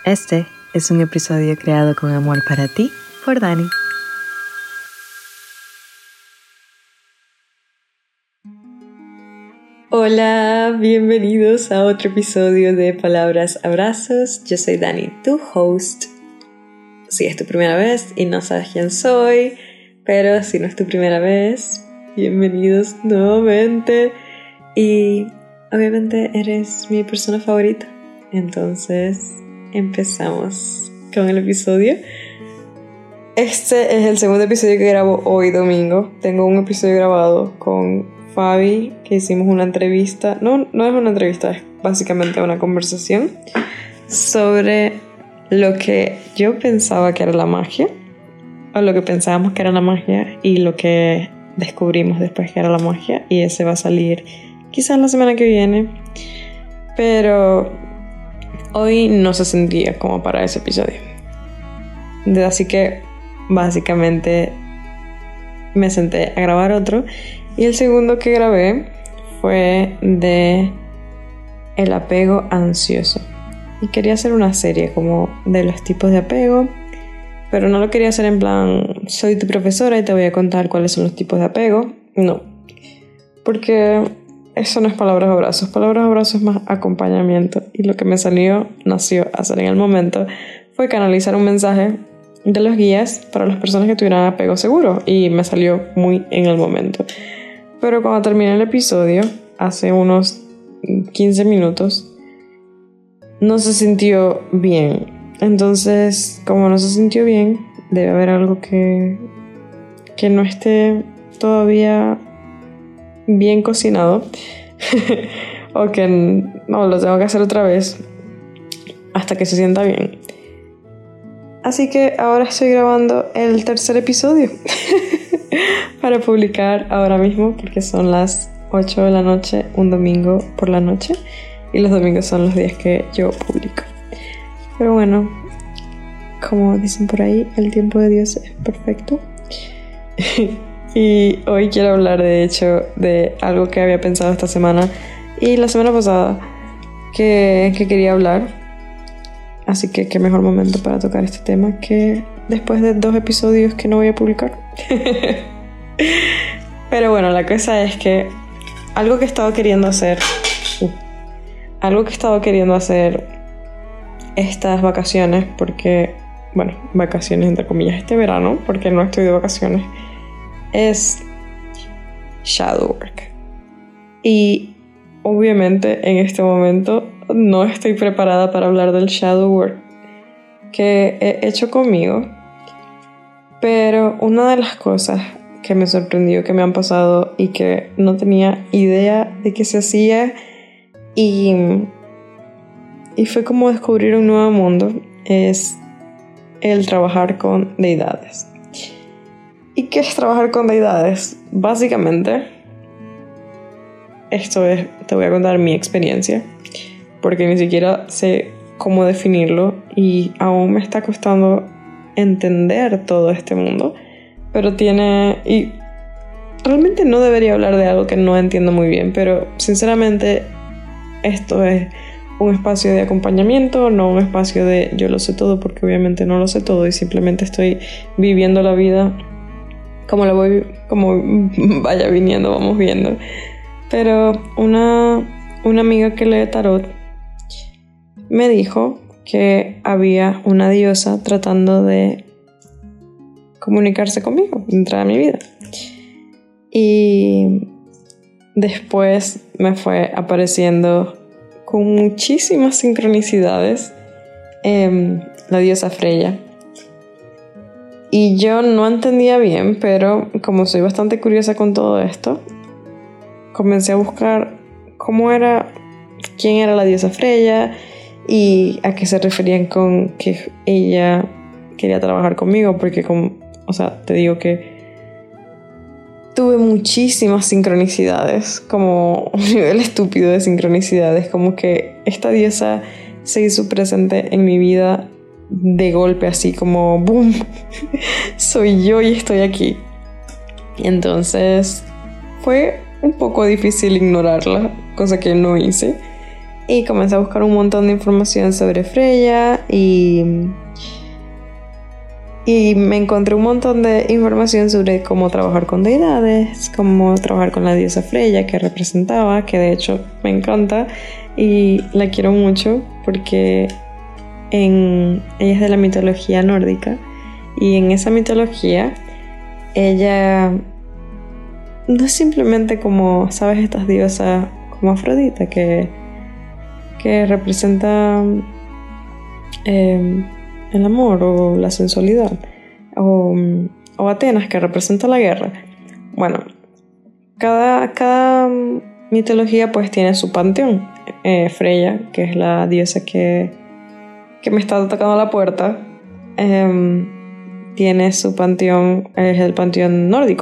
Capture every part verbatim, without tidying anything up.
Este es un episodio creado con amor para ti, por Dani. Hola, bienvenidos a otro episodio de Palabras Abrazos. Yo soy Dani, tu host. Si es tu primera vez y no sabes quién soy, pero si no es tu primera vez, bienvenidos nuevamente. Y obviamente eres mi persona favorita. Entonces empezamos con el episodio. Este es el segundo episodio que grabo hoy domingo. Tengo un episodio grabado con Fabi, que hicimos una entrevista. No, no es una entrevista, es básicamente una conversación sobre lo que yo pensaba que era la magia, o lo que pensábamos que era la magia, y lo que descubrimos después que era la magia. Y ese va a salir quizás la semana que viene, pero hoy no se sentía como para ese episodio. Así que básicamente me senté a grabar otro. Y el segundo que grabé fue de el apego ansioso. Y quería hacer una serie como de los tipos de apego, pero no lo quería hacer en plan, soy tu profesora y te voy a contar cuáles son los tipos de apego. No, porque eso no es palabras abrazos. Palabras abrazos es más acompañamiento. Y lo que me salió, nació hacer en el momento, fue canalizar un mensaje de los guías para las personas que tuvieran apego seguro. Y me salió muy en el momento. Pero cuando terminé el episodio, hace unos quince minutos, no se sintió bien. Entonces, como no se sintió bien, debe haber algo que, que no esté todavía bien cocinado. O que no, lo tengo que hacer otra vez hasta que se sienta bien. Así que ahora estoy grabando el tercer episodio para publicar ahora mismo, porque son las ocho de la noche, un domingo por la noche, y los domingos son los días que yo publico. Pero bueno, como dicen por ahí, el tiempo de Dios es perfecto. Y hoy quiero hablar, de hecho, de algo que había pensado esta semana y la semana pasada que, que quería hablar. Así que qué mejor momento para tocar este tema que después de dos episodios que no voy a publicar. Pero bueno, la cosa es que algo que he estado queriendo hacer, uh, algo que he estado queriendo hacer estas vacaciones, porque, bueno, vacaciones entre comillas, este verano, porque no estoy de vacaciones, es shadow work. Y obviamente en este momento no estoy preparada para hablar del shadow work que he hecho conmigo, pero una de las cosas que me sorprendió, que me han pasado y que no tenía idea de que se hacía, y, y fue como descubrir un nuevo mundo, es el trabajar con deidades. ¿Y qué es trabajar con deidades? Básicamente, esto es, te voy a contar mi experiencia, porque ni siquiera sé cómo definirlo y aún me está costando entender todo este mundo, pero tiene... y realmente no debería hablar de algo que no entiendo muy bien, pero sinceramente esto es un espacio de acompañamiento, no un espacio de yo lo sé todo, porque obviamente no lo sé todo y simplemente estoy viviendo la vida como la voy, como vaya viniendo, vamos viendo. Pero una, una amiga que lee tarot me dijo que había una diosa tratando de comunicarse conmigo, de entrar a mi vida. Y después me fue apareciendo con muchísimas sincronicidades eh, la diosa Freya. Y yo no entendía bien, pero como soy bastante curiosa con todo esto, comencé a buscar cómo era, quién era la diosa Freya y a qué se referían con que ella quería trabajar conmigo, porque como, o sea, te digo que tuve muchísimas sincronicidades, como un nivel estúpido de sincronicidades, como que esta diosa se hizo presente en mi vida de golpe, así como boom, soy yo y estoy aquí. Y entonces fue un poco difícil ignorarla, cosa que no hice. y comencé a buscar un montón de información sobre Freya y, y me encontré un montón de información sobre cómo trabajar con deidades, cómo trabajar con la diosa Freya que representaba, que de hecho me encanta y la quiero mucho porque en, ella es de la mitología nórdica y en esa mitología ella no es simplemente como, ¿sabes? Estas diosas como Afrodita que, que representa eh, el amor o la sensualidad, o, o Atenas que representa la guerra. Bueno, cada, cada mitología pues tiene su panteón. eh, Freya, que es la diosa que, que me está tocando la puerta, eh, tiene su panteón, es el panteón nórdico.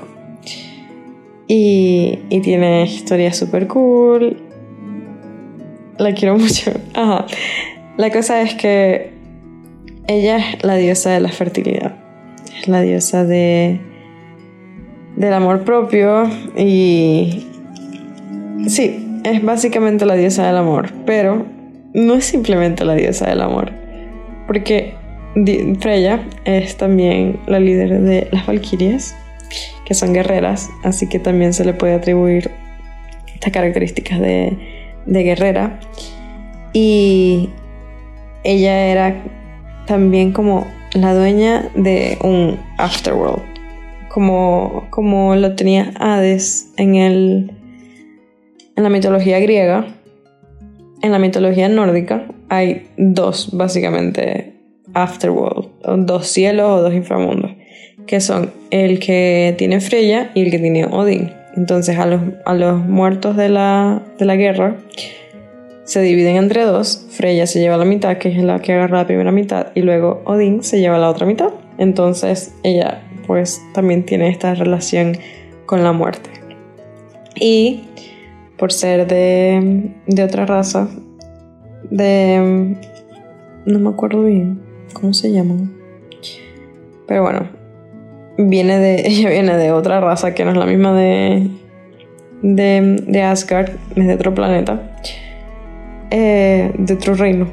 Y, y tiene historias super cool. La quiero mucho. Ajá. La cosa es que ella es la diosa de la fertilidad. Es la diosa de del amor propio. Y sí, es básicamente la diosa del amor. Pero no es simplemente la diosa del amor. Porque Freya es también la líder de las valquirias, que son guerreras, así que también se le puede atribuir estas características de, de guerrera. Y ella era también como la dueña de un afterworld, como, como lo tenía Hades en, el, en la mitología griega. En la mitología nórdica hay dos, básicamente, afterworld, dos cielos o dos inframundos, que son el que tiene Freya y el que tiene Odín. Entonces a los, a los muertos de la, de la guerra se dividen entre dos. Freya se lleva la mitad, que es la que agarra la primera mitad, y luego Odín se lleva la otra mitad. Entonces ella pues también tiene esta relación con la muerte. Y por ser de, de otra raza, de... no me acuerdo bien cómo se llaman, pero bueno, viene de, ella viene de otra raza que no es la misma de, de, de Asgard, es de otro planeta, eh, de otro reino.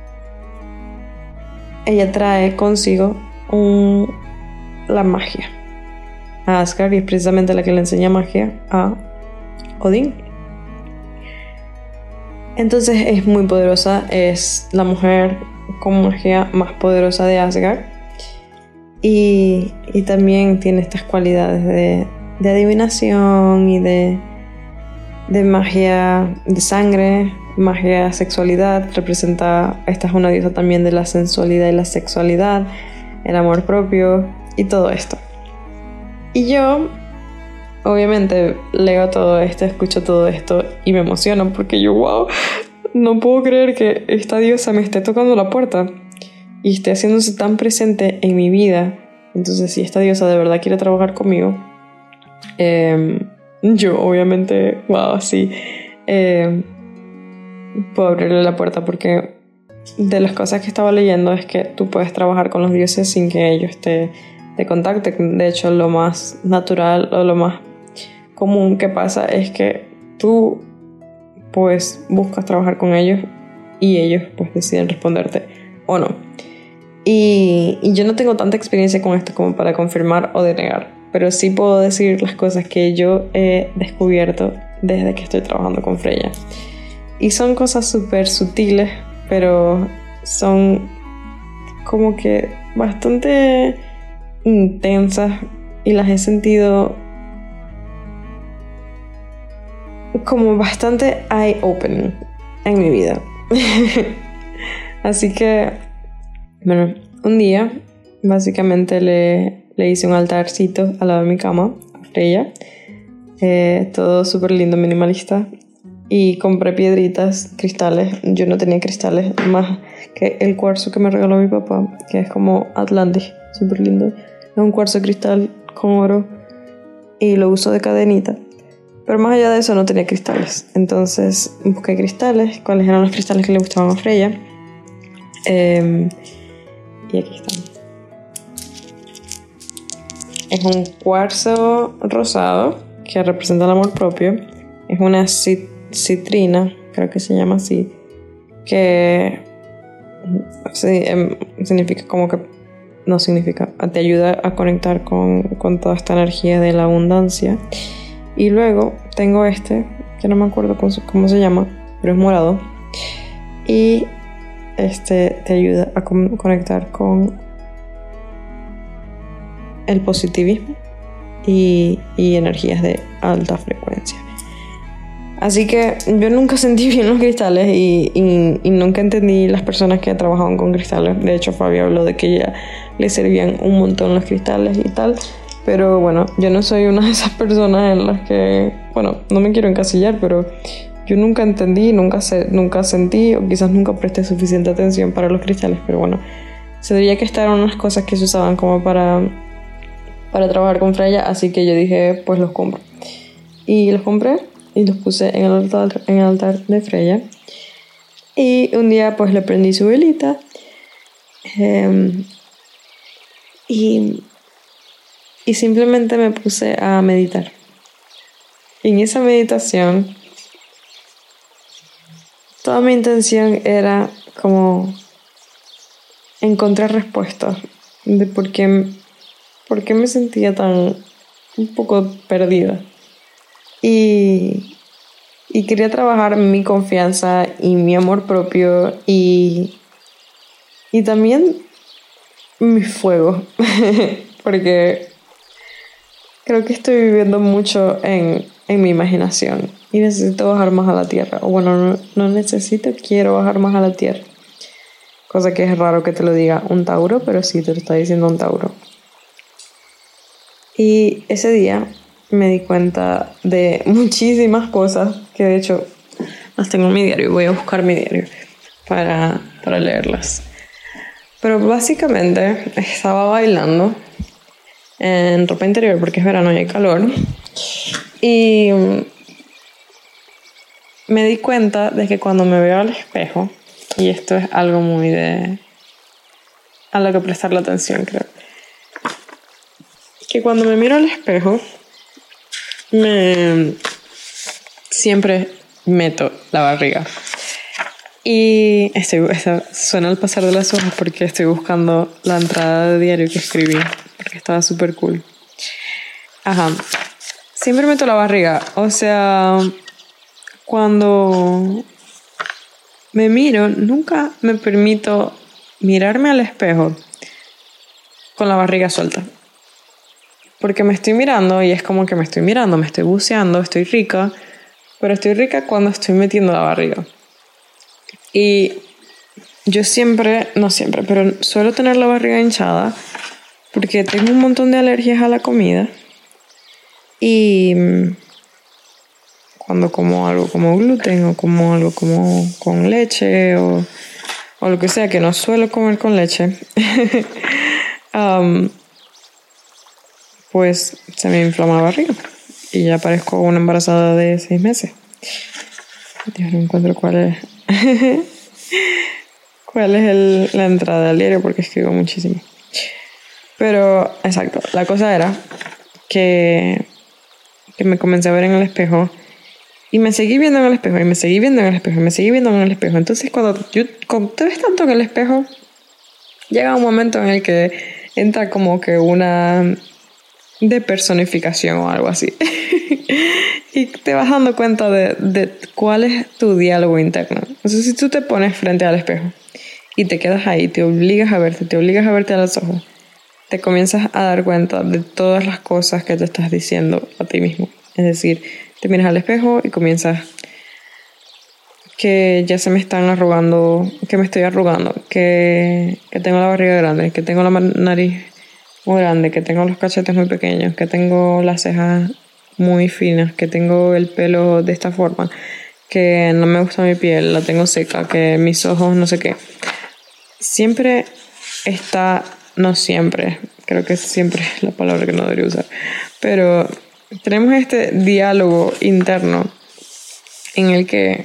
Ella trae consigo un, la magia a Asgard y es precisamente la que le enseña magia a Odín. Entonces es muy poderosa, es la mujer con magia más poderosa de Asgard. Y, y también tiene estas cualidades de, de adivinación y de, de magia de sangre, magia sexualidad. Representa, esta es una diosa también de la sensualidad y la sexualidad, el amor propio y todo esto. Y yo, obviamente, leo todo esto, escucho todo esto y me emociono porque yo, wow, no puedo creer que esta diosa me esté tocando la puerta y esté haciéndose tan presente en mi vida. Entonces, si esta diosa de verdad quiere trabajar conmigo, eh, yo obviamente, wow, sí, eh, puedo abrirle la puerta, porque de las cosas que estaba leyendo es que tú puedes trabajar con los dioses sin que ellos te, te contacten. De hecho, lo más natural o lo más común que pasa es que tú pues buscas trabajar con ellos y ellos pues deciden responderte o no. Y, y yo no tengo tanta experiencia con esto como para confirmar o denegar, pero sí puedo decir las cosas que yo he descubierto desde que estoy trabajando con Freya. Y son cosas súper sutiles, pero son como que bastante intensas y las he sentido como bastante eye-opening en mi vida. Así que, bueno, un día básicamente le, le hice un altarcito al lado de mi cama a Freya, eh, todo súper lindo, minimalista, y compré piedritas, cristales. Yo no tenía cristales más que el cuarzo que me regaló mi papá, que es como Atlantis, súper lindo. Es un cuarzo cristal con oro y lo uso de cadenita. Pero más allá de eso no tenía cristales. Entonces busqué cristales, cuáles eran los cristales que le gustaban a Freya. Eh, y aquí están. Es un cuarzo rosado que representa el amor propio. Es una cit- citrina, creo que se llama así. que sí, em, significa como que, no significa, te ayuda a conectar con, con toda esta energía de la abundancia. Y luego tengo este, que no me acuerdo cómo, cómo se llama, pero es morado. Y este te ayuda a con, conectar con el positivismo y, y energías de alta frecuencia. Así que yo nunca sentí bien los cristales y, y, y nunca entendí las personas que trabajaban con cristales. De hecho, Fabio habló de que ya le servían un montón los cristales y tal. Pero bueno, yo no soy una de esas personas en las que, bueno, no me quiero encasillar, pero yo nunca entendí, nunca, se, nunca sentí o quizás nunca presté suficiente atención para los cristales. Pero bueno, se diría que estas eran unas cosas que se usaban como para, para trabajar con Freya. Así que yo dije, pues los compro. Y los compré. Y los puse en el altar, en el altar de Freya. Y un día pues le prendí su velita. Eh, y, y simplemente me puse a meditar. Y en esa meditación, toda mi intención era como encontrar respuestas de por qué, por qué me sentía tan un poco perdida. Y, y quería trabajar mi confianza y mi amor propio y, y también mi fuego, porque creo que estoy viviendo mucho en, en mi imaginación y necesito bajar más a la tierra. O bueno, no, no necesito, quiero bajar más a la tierra. Cosa que es raro que te lo diga un Tauro, pero sí te lo está diciendo un Tauro. Y ese día me di cuenta de muchísimas cosas que de hecho las tengo en mi diario. Voy a buscar mi diario para, para leerlas. Pero básicamente estaba bailando en ropa interior porque es verano y hay calor. Y me di cuenta de que cuando me veo al espejo, y esto es algo muy de a lo que prestarle atención, creo, que cuando me miro al espejo me siempre meto la barriga. Y estoy, esto, suena al pasar de las hojas porque estoy buscando la entrada de diario que escribí, porque estaba súper cool. Ajá. Siempre meto la barriga. O sea, cuando me miro, nunca me permito mirarme al espejo con la barriga suelta. Porque me estoy mirando y es como que me estoy mirando, me estoy buceando, estoy rica, pero estoy rica cuando estoy metiendo la barriga. Y yo siempre, no siempre, pero suelo tener la barriga hinchada porque tengo un montón de alergias a la comida. Y cuando como algo como gluten o como algo como con leche o, o lo que sea, que no suelo comer con leche, um, pues se me inflama la barriga y ya parezco una embarazada de seis meses. Dios, no encuentro cuál es cuál es el, la entrada del diario porque escribo muchísimo. Pero, exacto, la cosa era que, que me comencé a ver en el espejo y me seguí viendo en el espejo y me seguí viendo en el espejo y me seguí viendo en el espejo. Entonces cuando, yo, cuando te ves tanto en el espejo, llega un momento en el que entra como que una de personificación o algo así. Y te vas dando cuenta de, de cuál es tu diálogo interno. O sea, si tú te pones frente al espejo y te quedas ahí, te obligas a verte, te obligas a verte a los ojos, te comienzas a dar cuenta de todas las cosas que te estás diciendo a ti mismo. Es decir, te miras al espejo y comienzas que ya se me están arrugando, que me estoy arrugando, que, que tengo la barriga grande, que tengo la nariz muy grande, que tengo los cachetes muy pequeños, que tengo las cejas muy finas, que tengo el pelo de esta forma, que no me gusta mi piel, la tengo seca, que mis ojos no sé qué. Siempre está, no siempre, creo que siempre es la palabra que no debería usar, pero tenemos este diálogo interno en el que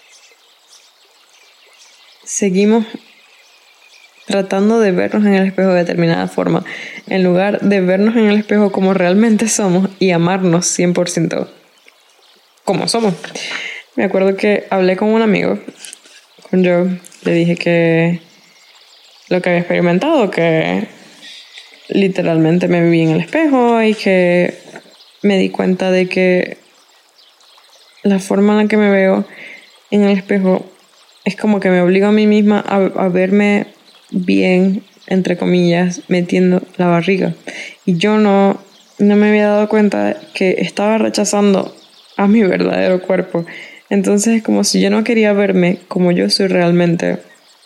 seguimos tratando de vernos en el espejo de determinada forma, en lugar de vernos en el espejo como realmente somos y amarnos cien por ciento como somos. Me acuerdo que hablé con un amigo, con Joe. Le dije que lo que había experimentado, que literalmente me vi en el espejo y que me di cuenta de que la forma en la que me veo en el espejo es como que me obligo a mí misma a, a verme bien, entre comillas, metiendo la barriga. Y yo no, no me había dado cuenta que estaba rechazando a mi verdadero cuerpo. Entonces es como si yo no quería verme como yo soy realmente.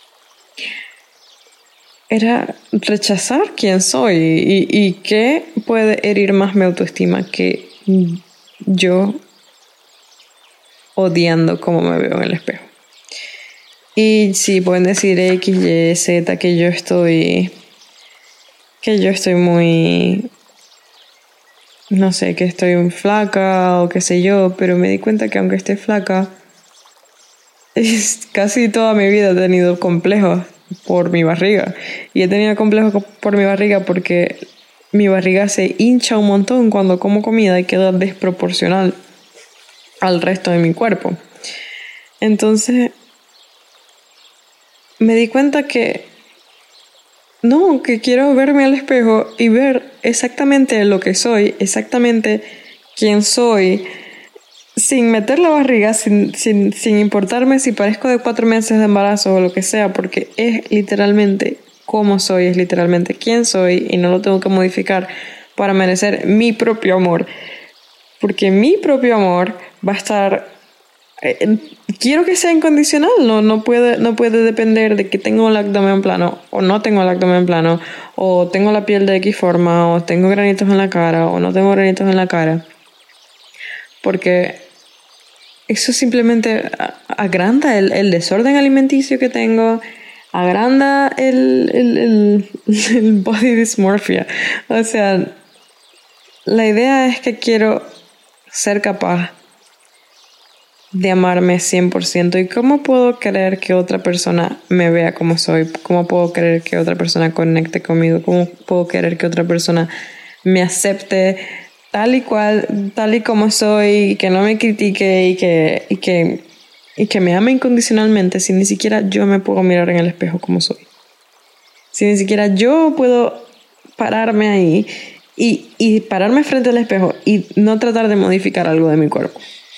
Era rechazar quién soy y, y qué puede herir más mi autoestima que yo odiando cómo me veo en el espejo. Y sí, pueden decir X, Y, Z que yo estoy, que yo estoy muy, no sé, que estoy muy flaca o qué sé yo, pero me di cuenta que aunque esté flaca, es, casi toda mi vida he tenido complejos por mi barriga. Y he tenido complejos por mi barriga porque mi barriga se hincha un montón cuando como comida y queda desproporcional al resto de mi cuerpo. Entonces me di cuenta que no, que quiero verme al espejo y ver exactamente lo que soy, exactamente quién soy, sin meter la barriga, sin, sin, sin importarme si parezco de cuatro meses de embarazo o lo que sea, porque es literalmente cómo soy, es literalmente quién soy y no lo tengo que modificar para merecer mi propio amor. Porque mi propio amor va a estar... Eh, quiero que sea incondicional, no, no, puede, no puede depender de que tengo el abdomen plano o no tengo el abdomen plano, o tengo la piel de X forma, o tengo granitos en la cara, o no tengo granitos en la cara. Porque eso simplemente agranda el, el desorden alimenticio que tengo, agranda el, el, el, el body dysmorphia. O sea, la idea es que quiero ser capaz de amarme cien por ciento. ¿Y cómo puedo querer que otra persona me vea como soy? ¿Cómo puedo querer que otra persona conecte conmigo? ¿Cómo puedo querer que otra persona me acepte tal y cual, tal y como soy, y que no me critique y que, y que, y que me ame incondicionalmente si ni siquiera yo me puedo mirar en el espejo como soy? Si ni siquiera yo puedo pararme ahí y, y pararme frente al espejo y no tratar de modificar algo de mi cuerpo.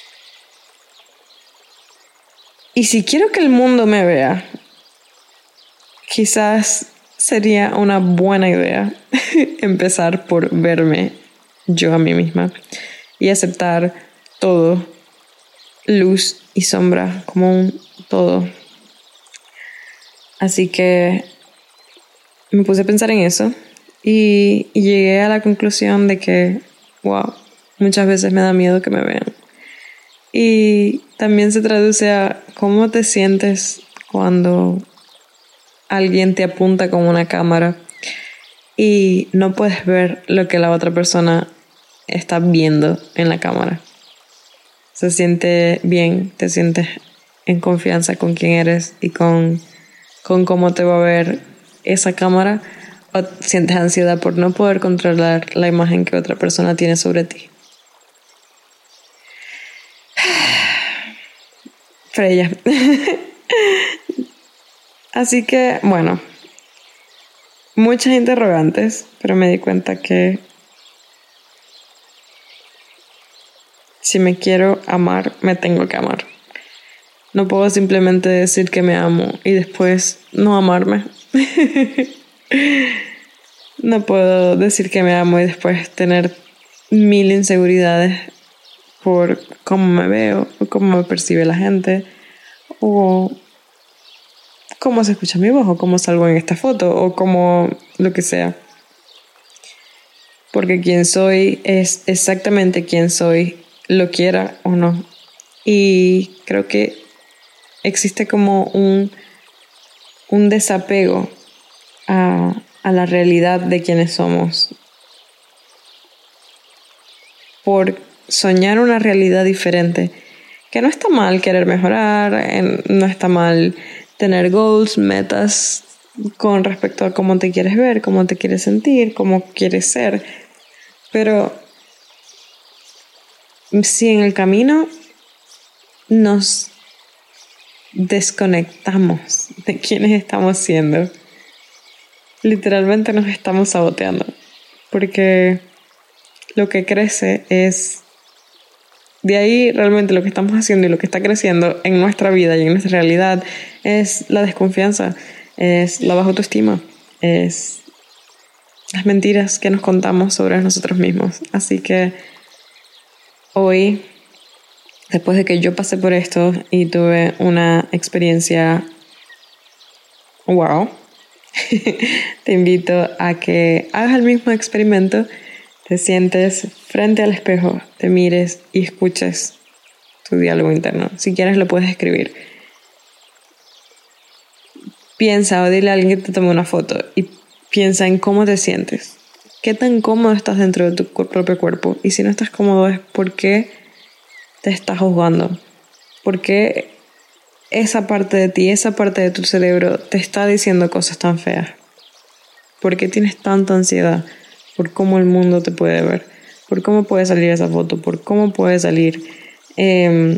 Y si quiero que el mundo me vea, quizás sería una buena idea empezar por verme yo a mí misma y aceptar todo, luz y sombra, como un todo. Así que me puse a pensar en eso y, y llegué a la conclusión de que, wow, muchas veces me da miedo que me vean. Y también se traduce a cómo te sientes cuando alguien te apunta con una cámara y no puedes ver lo que la otra persona está viendo en la cámara. Se siente bien, te sientes en confianza con quién eres y con, con cómo te va a ver esa cámara, o sientes ansiedad por no poder controlar la imagen que otra persona tiene sobre ti. Freya. Así que, bueno, muchas interrogantes, pero me di cuenta que si me quiero amar, me tengo que amar. No puedo simplemente decir que me amo y después no amarme. No puedo decir que me amo y después tener mil inseguridades por cómo me veo, o cómo me percibe la gente, o cómo se escucha mi voz, o cómo salgo en esta foto, o cómo lo que sea. Porque quien soy es exactamente quien soy, lo quiera o no. Y creo que existe como un, un desapego a, a la realidad de quienes somos por soñar una realidad diferente. Que no está mal querer mejorar, no está mal tener goals, metas con respecto a cómo te quieres ver, cómo te quieres sentir, cómo quieres ser. Pero si en el camino nos desconectamos de quiénes estamos siendo, literalmente nos estamos saboteando, porque lo que crece es de ahí. Realmente lo que estamos haciendo y lo que está creciendo en nuestra vida y en nuestra realidad es la desconfianza, es la baja autoestima, es las mentiras que nos contamos sobre nosotros mismos. Así que hoy, después de que yo pasé por esto y tuve una experiencia wow, te invito a que hagas el mismo experimento. Te sientes frente al espejo, te mires y escuches tu diálogo interno. Si quieres lo puedes escribir. Piensa o dile a alguien que te tome una foto y piensa en cómo te sientes. ¿Qué tan cómodo estás dentro de tu propio cuerpo? Y si no estás cómodo, es por qué te estás juzgando. ¿Por qué esa parte de ti, esa parte de tu cerebro te está diciendo cosas tan feas? ¿Por qué tienes tanta ansiedad por cómo el mundo te puede ver? ¿Por cómo puede salir esa foto? ¿Por cómo puede salir eh,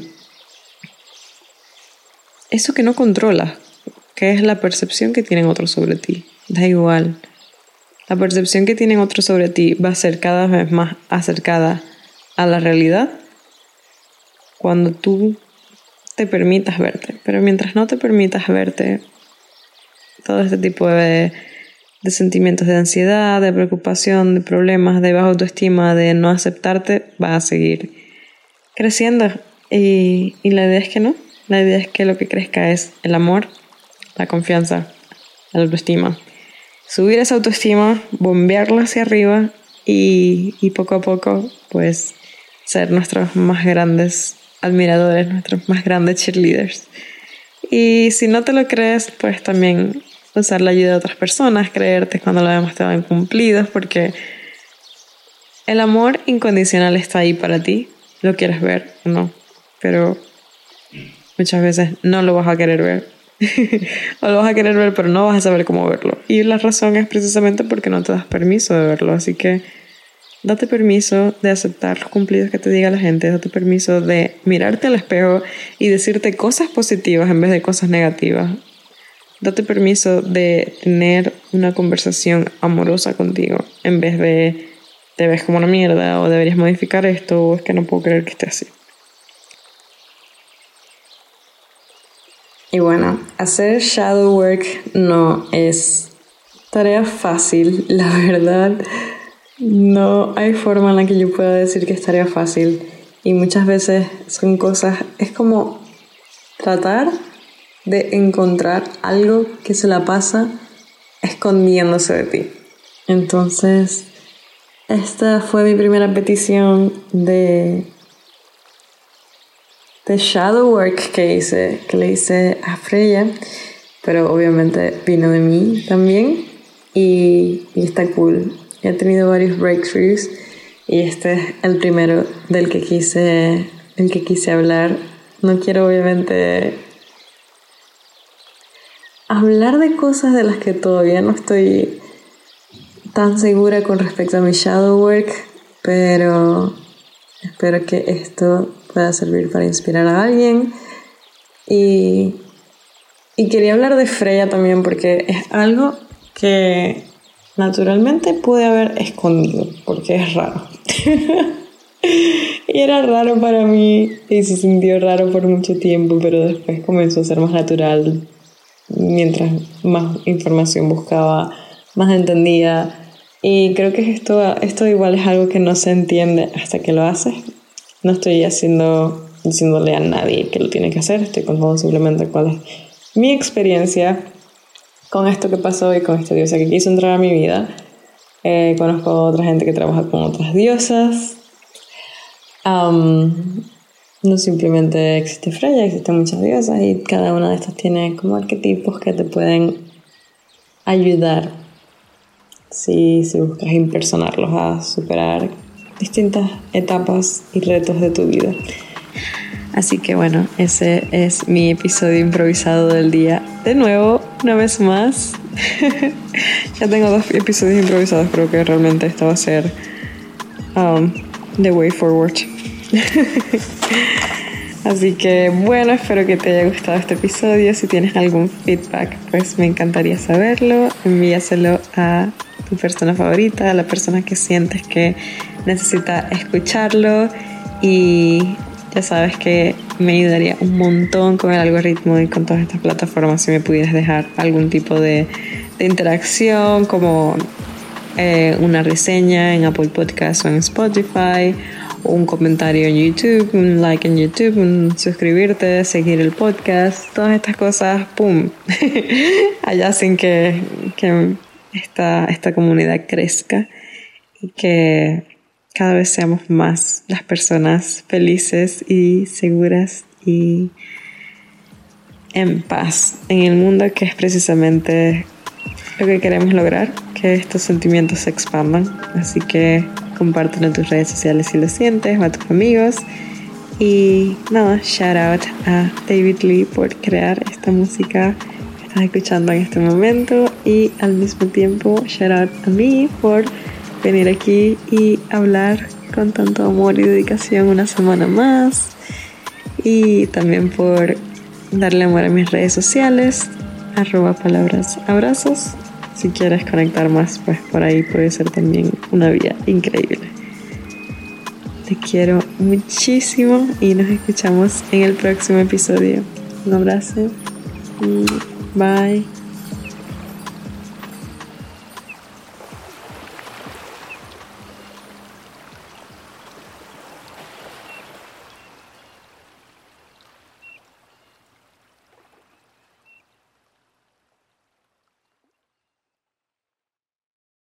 eso que no controlas? Que es la percepción que tienen otros sobre ti. Da igual. La percepción que tienen otros sobre ti va a ser cada vez más acercada a la realidad cuando tú te permitas verte. Pero mientras no te permitas verte, todo este tipo de, de sentimientos de ansiedad, de preocupación, de problemas, de baja autoestima, de no aceptarte, va a seguir creciendo. Y, y la idea es que no. La idea es que lo que crezca es el amor, la confianza, la autoestima. Subir esa autoestima, bombearla hacia arriba y, y poco a poco, pues, ser nuestros más grandes admiradores, nuestros más grandes cheerleaders. Y si no te lo crees, pues también usar la ayuda de otras personas, creerte cuando los demás te van cumplidos, porque el amor incondicional está ahí para ti, lo quieres ver o no, pero muchas veces no lo vas a querer ver. O lo vas a querer ver, pero no vas a saber cómo verlo. Y la razón es precisamente porque no te das permiso de verlo. Así que date permiso de aceptar los cumplidos que te diga la gente. Date permiso de mirarte al espejo y decirte cosas positivas en vez de cosas negativas. Date permiso de tener una conversación amorosa contigo en vez de te ves como una mierda o deberías modificar esto o es que no puedo creer que esté así. Y bueno, hacer shadow work no es tarea fácil, la verdad. No hay forma en la que yo pueda decir que es tarea fácil. Y muchas veces son cosas, es como tratar de encontrar algo que se la pasa escondiéndose de ti. Entonces, esta fue mi primera petición de... de shadow work que hice, que le hice a Freya, pero obviamente vino de mí también y, y está cool. He tenido varios breakthroughs y este es el primero del que quise, el que quise hablar. No quiero obviamente hablar de cosas de las que todavía no estoy tan segura con respecto a mi shadow work, pero espero que esto pueda servir para inspirar a alguien. Y, y quería hablar de Freya también porque es algo que naturalmente pude haber escondido porque es raro. Y era raro para mí y se sintió raro por mucho tiempo, pero después comenzó a ser más natural. Mientras más información buscaba, más entendía. Y creo que esto, esto igual es algo que no se entiende hasta que lo haces. No estoy haciendo, diciéndole a nadie que lo tiene que hacer. Estoy contando simplemente cuál es mi experiencia con esto que pasó y con esta diosa que quiso entrar a mi vida. Eh, conozco a otra gente que trabaja con otras diosas. Um, no simplemente existe Freya, existen muchas diosas y cada una de estas tiene como arquetipos que te pueden ayudar si, si buscas impersonarlos a superar distintas etapas y retos de tu vida. Así que bueno, ese es mi episodio improvisado del día. De nuevo, una vez más. Ya tengo dos episodios improvisados, creo que realmente esta va a ser um, the way forward. Así que bueno, espero que te haya gustado este episodio. Si tienes algún feedback, pues me encantaría saberlo. Envíaselo a tu persona favorita, a la persona que sientes que necesita escucharlo. Y ya sabes que me ayudaría un montón con el algoritmo y con todas estas plataformas si me pudieras dejar algún tipo de, de interacción, como eh, una reseña en Apple Podcasts o en Spotify, o un comentario en YouTube, un like en YouTube, un suscribirte, seguir el podcast, todas estas cosas, ¡pum! Allá hacen que, que esta, esta comunidad crezca y que cada vez seamos más las personas felices y seguras y en paz en el mundo, que es precisamente lo que queremos lograr, que estos sentimientos se expandan. Así que compártelo en tus redes sociales si lo sientes, o a tus amigos. Y nada, shout out a David Lee por crear esta música que estás escuchando en este momento, y al mismo tiempo shout out a mí por venir aquí y hablar con tanto amor y dedicación una semana más, y también por darle amor a mis redes sociales, arroba palabras abrazos. Si quieres conectar más, pues por ahí puede ser también una vía increíble. Te quiero muchísimo y nos escuchamos en el próximo episodio. Un abrazo y bye.